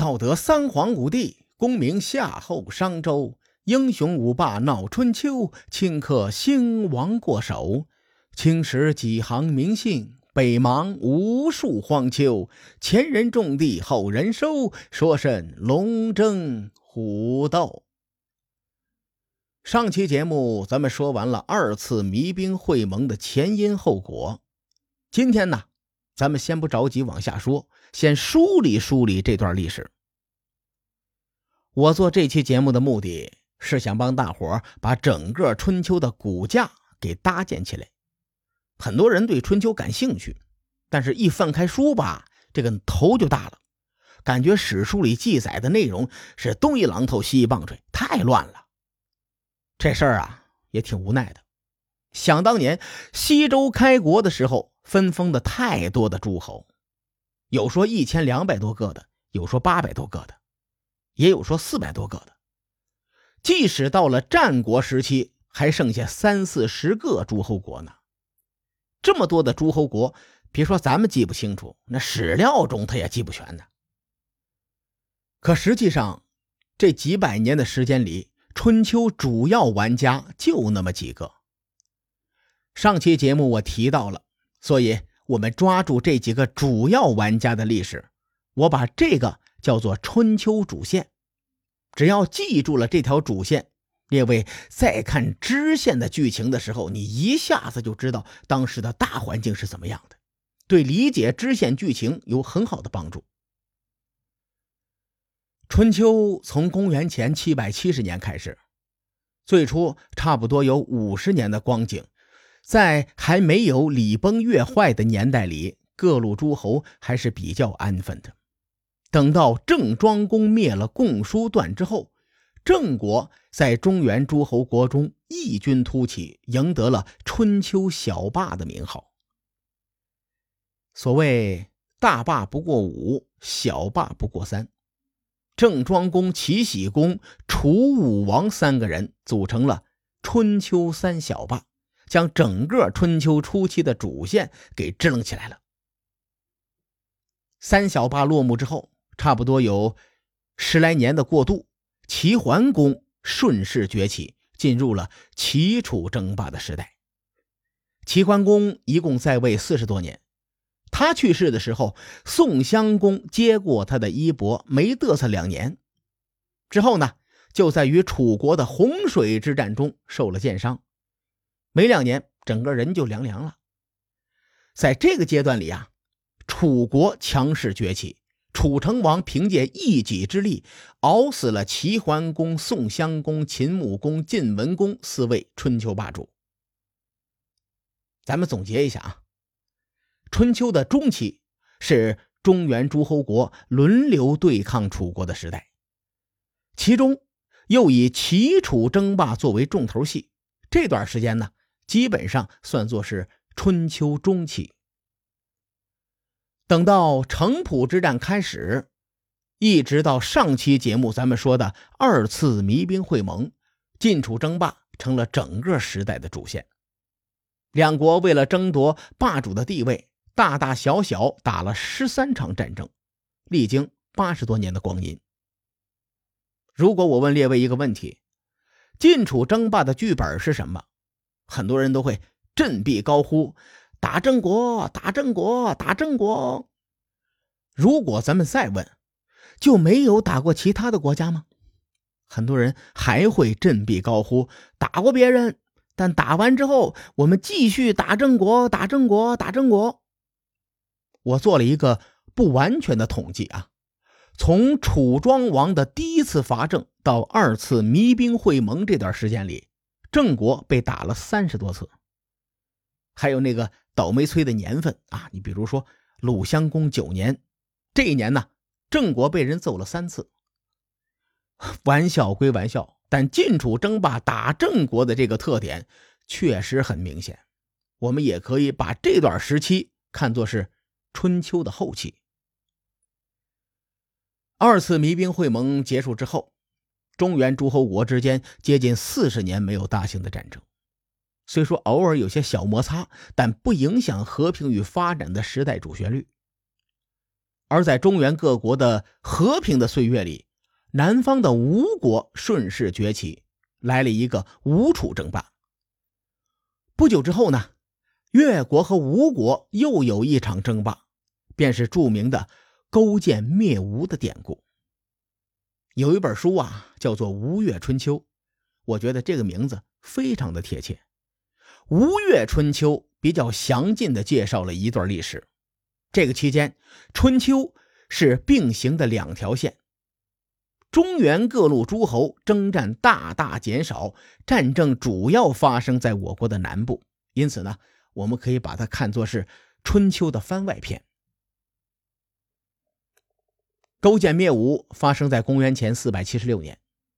道德三皇五帝，功名夏后商周，英雄五霸闹春秋，顷刻兴亡过手。青史几行名姓，北邙无数荒丘。前人种地，后人收，说甚龙争虎斗。上期节目咱们说完了二次弭兵会盟的前因后果，今天呢，咱们先不着急往下说，先梳理梳理这段历史。我做这期节目的目的是想帮大伙把整个春秋的骨架给搭建起来。很多人对春秋感兴趣，但是一翻开书吧，这个头就大了，感觉史书里记载的内容是东一榔头西一棒槌，太乱了。这事儿啊也挺无奈的。想当年西周开国的时候，分封的太多的诸侯，有说1200多个的，有说800多个的，也有说400多个的。即使到了战国时期，还剩下30-40个诸侯国呢。这么多的诸侯国，别说咱们记不清楚，那史料中他也记不全呢。可实际上这几百年的时间里，春秋主要玩家就那么几个。上期节目我提到了，所以我们抓住这几个主要玩家的历史，我把这个叫做春秋主线。只要记住了这条主线，列位再看支线的剧情的时候，你一下子就知道当时的大环境是怎么样的，对理解支线剧情有很好的帮助。春秋从公元前770年开始，最初差不多有50年的光景。在还没有礼崩乐坏的年代里，各路诸侯还是比较安分的。等到郑庄公灭了共叔段之后，郑国在中原诸侯国中异军突起，赢得了春秋小霸的名号。所谓大霸不过5，小霸不过3。郑庄公、齐僖公、楚武王3个人组成了春秋3小霸，将整个春秋初期的主线给支棱起来了。3小霸落幕之后，差不多有10来年的过渡，齐桓公顺势崛起，进入了齐楚争霸的时代。齐桓公一共在位40多年，他去世的时候，宋襄公接过他的衣钵，没嘚瑟2年。之后呢，就在与楚国的洪水之战中受了箭伤，没2年，整个人就凉了。在这个阶段里啊，楚国强势崛起，楚成王凭借一己之力熬死了齐桓公、宋襄公、秦穆公、晋文公4位春秋霸主。咱们总结一下啊，春秋的中期是中原诸侯国轮流对抗楚国的时代，其中又以齐楚争霸作为重头戏。这段时间呢，基本上算作是春秋中期。等到城濮之战开始，一直到上期节目咱们说的二次弭兵会盟，晋楚争霸成了整个时代的主线。两国为了争夺霸主的地位，大大小小打了13场战争，历经80多年的光阴。如果我问列位一个问题，晋楚争霸的剧本是什么？很多人都会振臂高呼，打郑国，打郑国，打郑国。如果咱们再问，就没有打过其他的国家吗？很多人还会振臂高呼，打过别人，但打完之后我们继续打郑国，打郑国，打郑国。我做了一个不完全的统计啊，从楚庄王的第一次伐郑到二次弭兵会盟这段时间里，郑国被打了30多次。还有那个倒霉催的年份啊，你比如说鲁襄公9年，这一年呢，郑国被人揍了3次。玩笑归玩笑，但晋楚争霸打郑国的这个特点确实很明显。我们也可以把这段时期看作是春秋的后期。二次弭兵会盟结束之后，中原诸侯国之间接近40年没有大型的战争。虽说偶尔有些小摩擦，但不影响和平与发展的时代主旋律。 而在中原各国的和平的岁月里，南方的吴国顺势崛起，来了一个吴楚争霸。不久之后呢，越国和吴国又有一场争霸，便是著名的勾践灭吴的典故。有一本书啊，叫做《吴越春秋》，我觉得这个名字非常的贴切。吴越春秋比较详尽地介绍了一段历史，这个期间春秋是并行的两条线，中原各路诸侯征战大大减少，战争主要发生在我国的南部，因此呢，我们可以把它看作是春秋的番外篇。勾践灭吴发生在公元前476年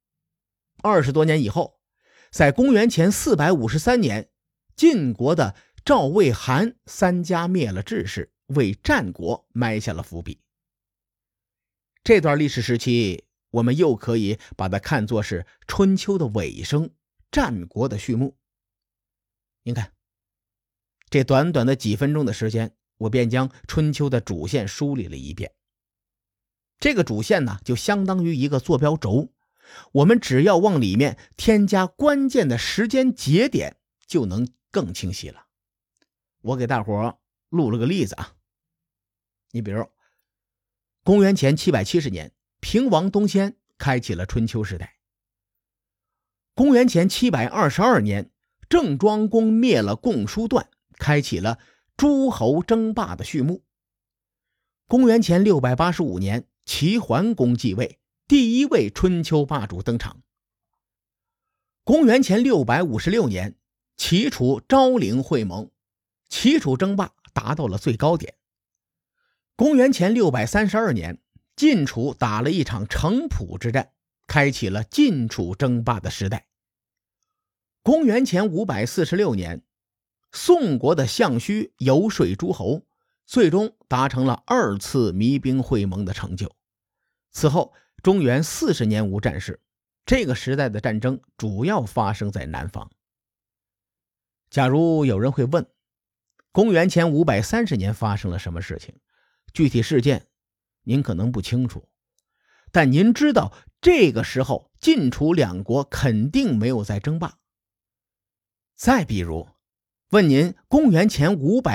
，20多年以后，在公元前453年，晋国的赵、魏、韩三家灭了智氏，为战国埋下了伏笔。这段历史时期，我们又可以把它看作是春秋的尾声，战国的序幕。您看，这短短的几分钟的时间，我便将春秋的主线梳理了一遍。这个主线呢，就相当于一个坐标轴，我们只要往里面添加关键的时间节点，就能更清晰了。我给大伙录了个例子啊，你比如公元前770年，平王东迁开启了春秋时代。公元前722年，郑庄公灭了共叔段，开启了诸侯争霸的序幕。公元前685年，齐桓公继位，第一位春秋霸主登场。公元前656年，齐楚昭陵会盟，齐楚争霸达到了最高点。公元前632年，晋楚打了一场城濮之战，开启了晋楚争霸的时代。公元前546年，宋国的项须游说诸侯，最终达成了2次弭兵会盟的成就。此后中原40年无战事，这个时代的战争主要发生在南方。假如有人会问，公元前530年发生了什么事情？具体事件您可能不清楚，但您知道这个时候晋楚两国肯定没有在争霸。再比如问您公元前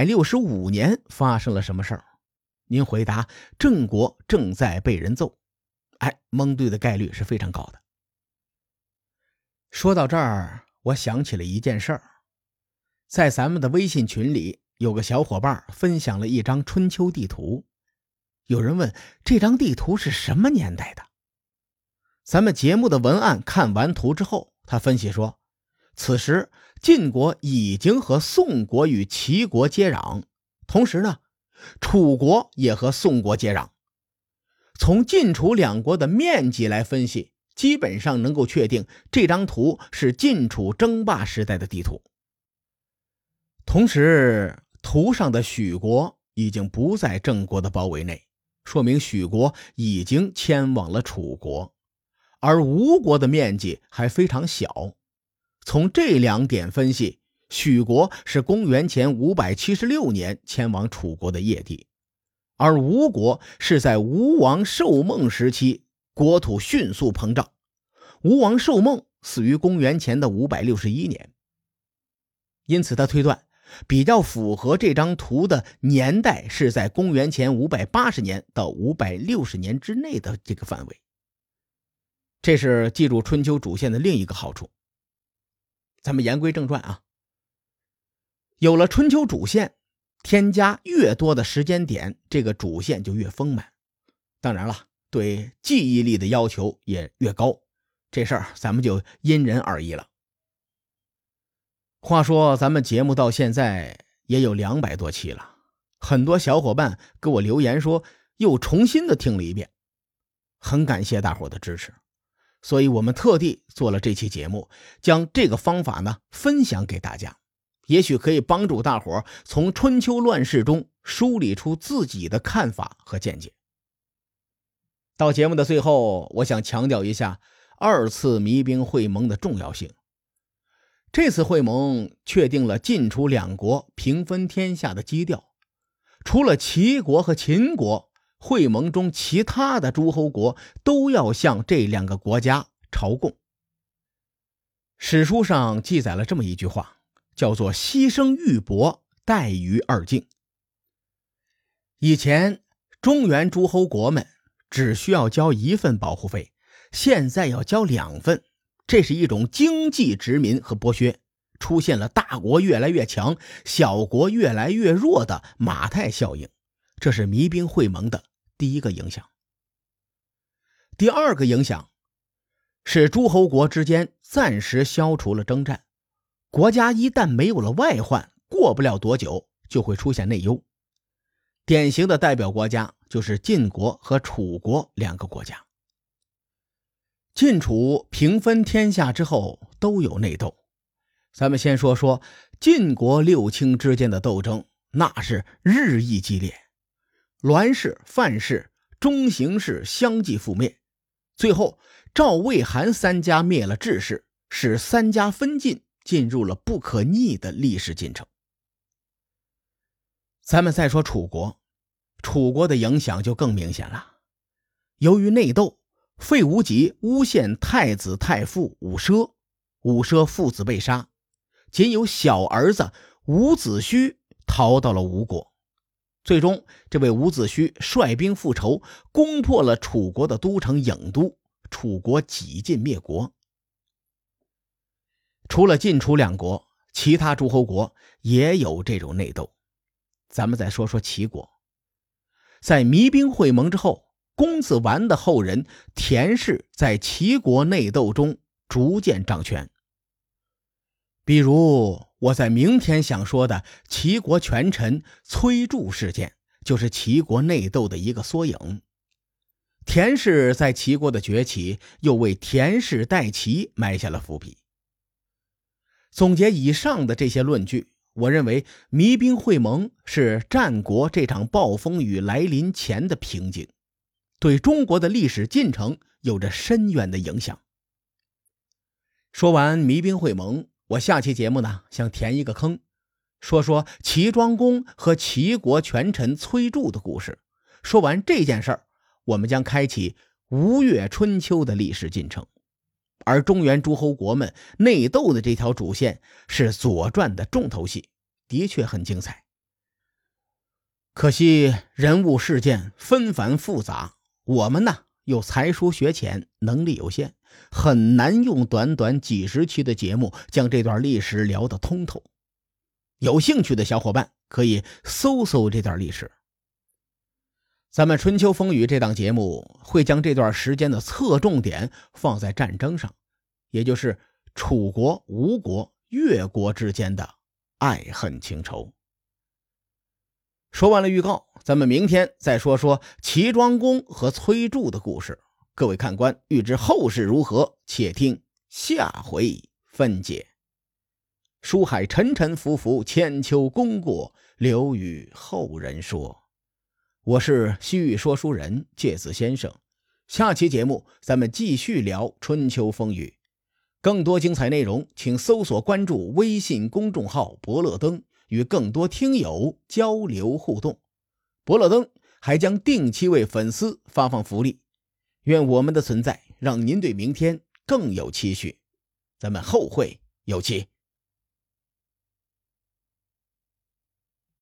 565年发生了什么事儿，您回答郑国正在被人揍，蒙对的概率是非常高的。说到这儿，我想起了一件事儿，在咱们的微信群里，有个小伙伴分享了一张春秋地图。有人问这张地图是什么年代的？咱们节目的文案看完图之后，他分析说，此时晋国已经和宋国与齐国接壤，同时呢，楚国也和宋国接壤。从晋楚两国的面积来分析，基本上能够确定这张图是晋楚争霸时代的地图。同时，图上的许国已经不在郑国的包围内，说明许国已经迁往了楚国，而吴国的面积还非常小。从这2点分析，许国是公元前576年迁往楚国的业地，而吴国是在吴王寿梦时期国土迅速膨胀。吴王寿梦死于公元前的561年，因此他推断比较符合这张图的年代是在公元前580年到560年之内的这个范围。这是记住春秋主线的另一个好处。咱们言归正传啊，有了春秋主线，添加越多的时间点，这个主线就越丰满。当然了，对记忆力的要求也越高，这事儿咱们就因人而异了。话说咱们节目到现在也有200多期了，很多小伙伴给我留言说又重新的听了一遍，很感谢大伙的支持。所以我们特地做了这期节目，将这个方法呢分享给大家，也许可以帮助大伙从春秋乱世中梳理出自己的看法和见解。到节目的最后，我想强调一下2次弭兵会盟的重要性。这次会盟确定了晋楚两国平分天下的基调，除了齐国和秦国， 会盟中其他的诸侯国都要向这2个国家朝贡。史书上记载了这么一句话，叫做牺牲玉帛，待于二境。以前中原诸侯国们只需要交1份保护费，现在要交2份，这是一种经济殖民和剥削，出现了大国越来越强，小国越来越弱的马太效应。这是弭兵会盟的第一个影响。第二个影响是诸侯国之间暂时消除了征战，国家一旦没有了外患，过不了多久就会出现内忧。典型的代表国家就是晋国和楚国2个国家。晋楚平分天下之后都有内斗，咱们先说说晋国6卿之间的斗争，那是日益激烈，栾氏、范氏、中行氏相继覆灭，最后赵、魏、韩3家灭了智氏，使3家分晋进入了不可逆的历史进程。咱们再说楚国，楚国的影响就更明显了。由于内斗，费无极诬陷太子太傅伍奢，伍奢父子被杀，仅有小儿子伍子胥逃到了吴国。最终这位伍子胥率兵复仇，攻破了楚国的都城郢都，楚国几近灭国。除了晋楚2国，其他诸侯国也有这种内斗。咱们再说说齐国。在弭兵会盟之后，公子完的后人田氏在齐国内斗中逐渐掌权。比如我在明天想说的齐国权臣崔杼事件，就是齐国内斗的一个缩影。田氏在齐国的崛起，又为田氏代齐埋下了伏笔。总结以上的这些论据，我认为弭兵会盟是战国这场暴风雨来临前的平静，对中国的历史进程有着深远的影响。说完弭兵会盟，我下期节目呢想填一个坑，说说齐庄公和齐国权臣崔杼的故事。说完这件事儿，我们将开启吴越春秋的历史进程。而中原诸侯国们内斗的这条主线是《左传》的重头戏，的确很精彩。可惜人物事件纷繁复杂，我们呢又才疏学浅，能力有限，很难用短短几十期的节目将这段历史聊得通透。有兴趣的小伙伴可以搜搜这段历史。咱们春秋风雨这档节目会将这段时间的侧重点放在战争上，也就是楚国、吴国、越国之间的爱恨情仇。说完了预告，咱们明天再说说齐庄公和崔杼的故事。各位看官，欲知后事如何，且听下回分解。书海沉沉浮浮，千秋功过留与后人说。我是西域说书人介子先生，下期节目咱们继续聊春秋风雨。更多精彩内容请搜索关注微信公众号伯乐灯，与更多听友交流互动。伯乐灯还将定期为粉丝发放福利，愿我们的存在让您对明天更有期许。咱们后会有期。